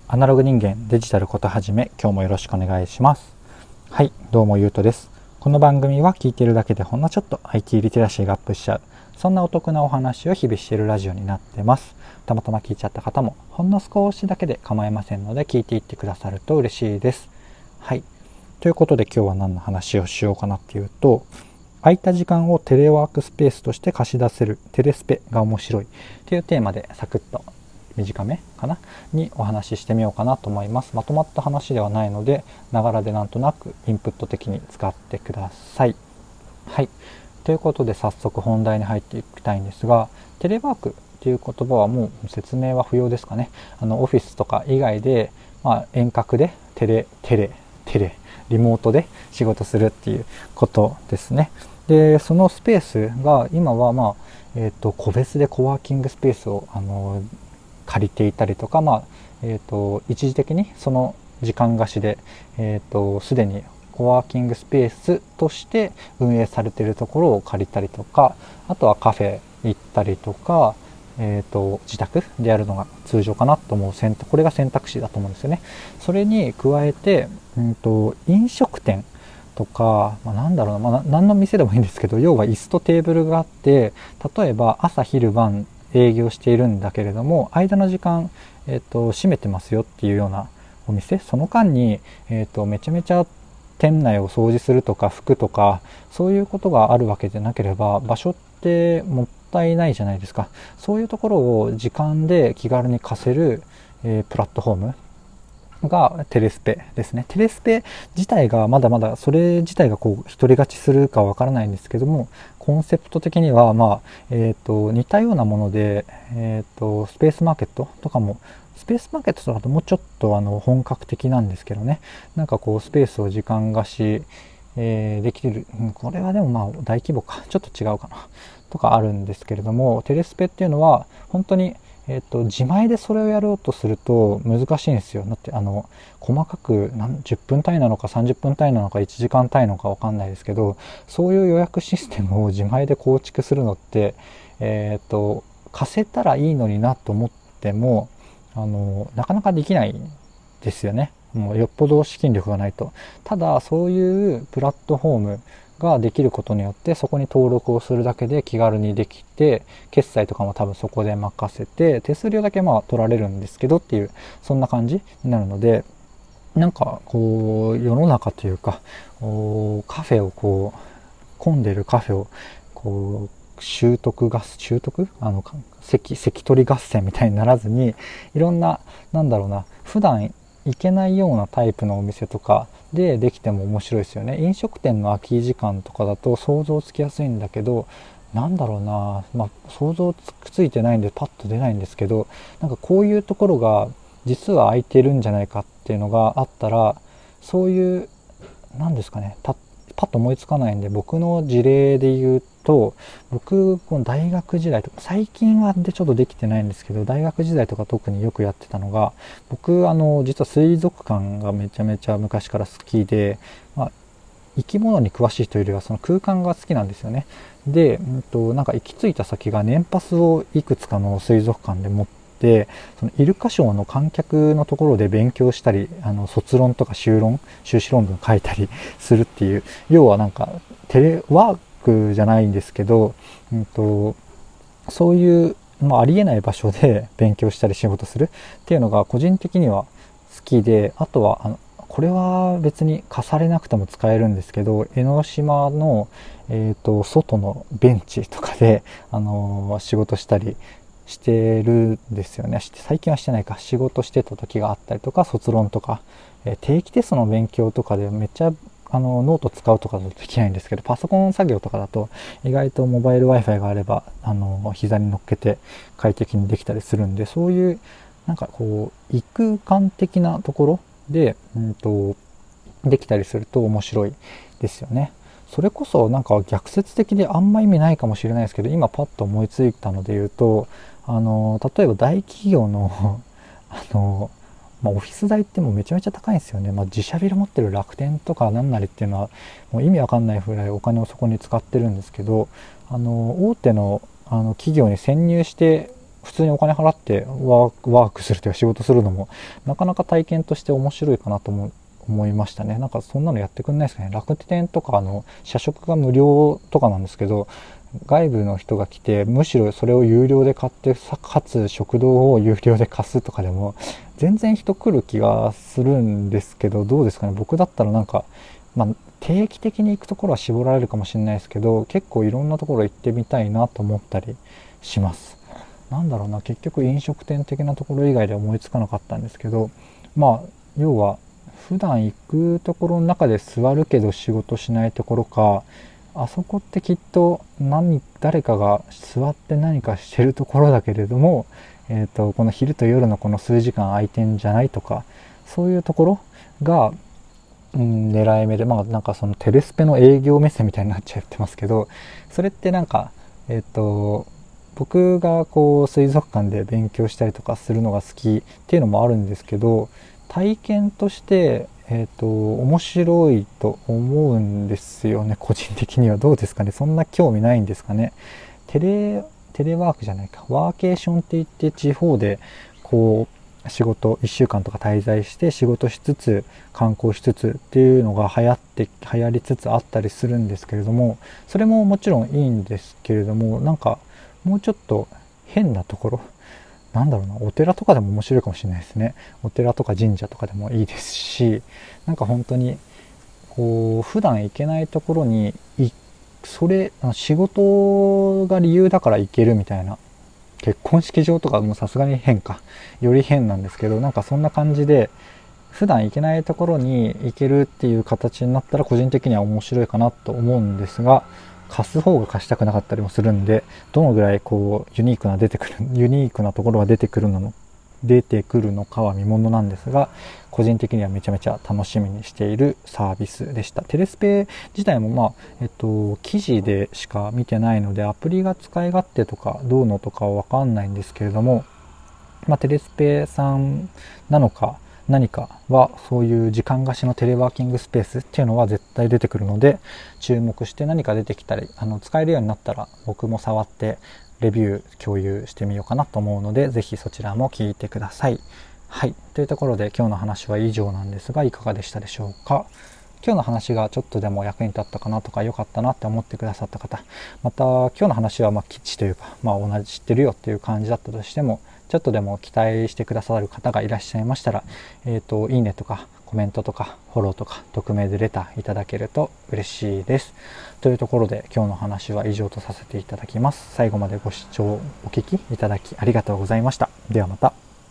アナログ人間デジタルことはじめ、今日もよろしくお願いします。はい、どうもゆうとです。この番組は聞いているだけでほんのちょっと IT リテラシーがアップしちゃう、そんなお得なお話を日々しているラジオになってます。たまたま聞いちゃった方もほんの少しだけで構いませんので、聞いていってくださると嬉しいです。はい、ということで今日は何の話をしようかなっていうと、空いた時間をテレワークスペースとして貸し出せるテレスペが面白いというテーマでサクッと短めかなにお話ししてみようかなと思います。まとまった話ではないので、ながらでなんとなくインプット的に使ってください。はい、ということで早速本題に入っていきたいんですが、テレワークという言葉はもう説明は不要ですかね。オフィスとか以外で、遠隔でリモートで仕事するっていうことですね。でそのスペースが今は個別でコワーキングスペースを借りていたりとか、一時的にその時間貸しで、すでにコワーキングスペースとして運営されているところを借りたりとか、あとはカフェ行ったりとか、自宅でやるのが通常かなと思うこれが選択肢だと思うんですよね。それに加えて、飲食店とか、なんだろうな、何の店でもいいんですけど、要は椅子とテーブルがあって、例えば朝昼晩営業しているんだけれども、間の時間、閉めてますよっていうようなお店、その間に、めちゃめちゃ店内を掃除するとか拭くとか、そういうことがあるわけでなければ、場所ってもったいないじゃないですか。そういうところを時間で気軽に貸せる、プラットフォームがテレスペですね。テレスペ自体がまだまだそれ自体がこう独り勝ちするかわからないんですけども、コンセプト的には似たようなもので、スペースマーケットとかも、スペースマーケットとかともうちょっと本格的なんですけどね、なんかこうスペースを時間貸し、できる、これはでも大規模かちょっと違うかなとかあるんですけれども、テレスペっていうのは本当に自前でそれをやろうとすると難しいんですよ。だって細かく10分単位なのか30分単位なのか1時間単位なのか分かんないですけど、そういう予約システムを自前で構築するのって、貸せたらいいのになと思ってもなかなかできないですよね。もうよっぽど資金力がないと。ただそういうプラットフォームができることによって、そこに登録をするだけで気軽にできて、決済とかも多分そこで任せて、手数料だけ取られるんですけどっていう、そんな感じになるので、なんかこう世の中というか、カフェを混んでるカフェを習得関取合戦みたいにならずに、いろんな、なんだろうな、普段行けないようなタイプのお店とかでできても面白いですよね。飲食店の空き時間とかだと想像つきやすいんだけど、なんだろうな、想像ついてないんでパッと出ないんですけど、なんかこういうところが実は空いてるんじゃないかっていうのがあったら、そういう、なんですかね、パッと思いつかないんで、僕の事例で言うと、僕この大学時代とか、最近はちょっとできてないんですけど、大学時代とか特によくやってたのが、僕実は水族館がめちゃめちゃ昔から好きで、生き物に詳しいというよりはその空間が好きなんですよね。で、なんか行き着いた先が年パスをいくつかの水族館で持って、そのイルカショーの観客のところで勉強したり、卒論とか修士論文書いたりするっていう、要はなんかテレワークじゃないんですけど、そういう、ありえない場所で勉強したり仕事するっていうのが個人的には好きで、あとはこれは別に貸されなくても使えるんですけど、江ノ島の、外のベンチとかで、仕事したりしてるんですよね。最近はしてないか、仕事してた時があったりとか、卒論とか、定期テストの勉強とかでめっちゃノート使うとかだとできないんですけど、パソコン作業とかだと意外とモバイル Wi-Fi があれば膝に乗っけて快適にできたりするんで、そういうなんかこう異空間的なところで、できたりすると面白いですよね。それこそなんか逆説的であんま意味ないかもしれないですけど、今パッと思いついたので言うと、例えば大企業のオフィス代ってもうめちゃめちゃ高いんですよね。自社ビル持ってる楽天とかなんなりっていうのはもう意味わかんないぐらいお金をそこに使ってるんですけど、大手の企業に潜入して普通にお金払ってワークするというか仕事するのもなかなか体験として面白いかなと思いましたね。なんかそんなのやってくんないですかね。楽天とか社食が無料とかなんですけど、外部の人が来てむしろそれを有料で買ってかつ食堂を有料で貸すとかでも全然人来る気がするんですけど、どうですかね。僕だったらなんか、定期的に行くところは絞られるかもしれないですけど、結構いろんなところ行ってみたいなと思ったりします。なんだろうな、結局飲食店的なところ以外で思いつかなかったんですけど、要は普段行くところの中で座るけど仕事しないところか、あそこってきっと誰かが座って何かしてるところだけれども、この昼と夜のこの数時間空いてんじゃないとか、そういうところが、狙い目で、なんかそのテレスペの営業目線みたいになっちゃってますけど、それってなんか、僕がこう水族館で勉強したりとかするのが好きっていうのもあるんですけど、体験として面白いと思うんですよね。個人的にはどうですかね。そんな興味ないんですかね。テレワークじゃないか、ワーケーションって言って地方でこう仕事1週間とか滞在して仕事しつつ観光しつつっていうのが流行りつつあったりするんですけれども、それももちろんいいんですけれども、なんかもうちょっと変なところ、なんだろうな、お寺とかでも面白いかもしれないですね。お寺とか神社とかでもいいですし、なんか本当にこう普段行けないところに仕事が理由だから行けるみたいな、結婚式場とかもさすがに変か、より変なんですけど、なんかそんな感じで普段行けないところに行けるっていう形になったら個人的には面白いかなと思うんですが、貸す方が貸したくなかったりもするんで、どのぐらいこうユニークなところが出てくるのかは見ものなんですが、個人的にはめちゃめちゃ楽しみにしているサービスでした。テレスペ自体も記事でしか見てないので、アプリが使い勝手とかどうのとかはわかんないんですけれども、テレスペさんなのか何かはそういう時間貸しのテレワーキングスペースっていうのは絶対出てくるので、注目して何か出てきたり使えるようになったら僕も触ってレビュー共有してみようかなと思うので、ぜひそちらも聞いてください。はい、というところで今日の話は以上なんですが、いかがでしたでしょうか。今日の話がちょっとでも役に立ったかなとか良かったなって思ってくださった方、また今日の話はキッチというか、同じ知ってるよっていう感じだったとしても、ちょっとでも期待してくださる方がいらっしゃいましたら、いいねとかコメントとかフォローとか匿名でレターいただけると嬉しいです。というところで今日の話は以上とさせていただきます。最後までご視聴お聞きいただきありがとうございました。ではまた。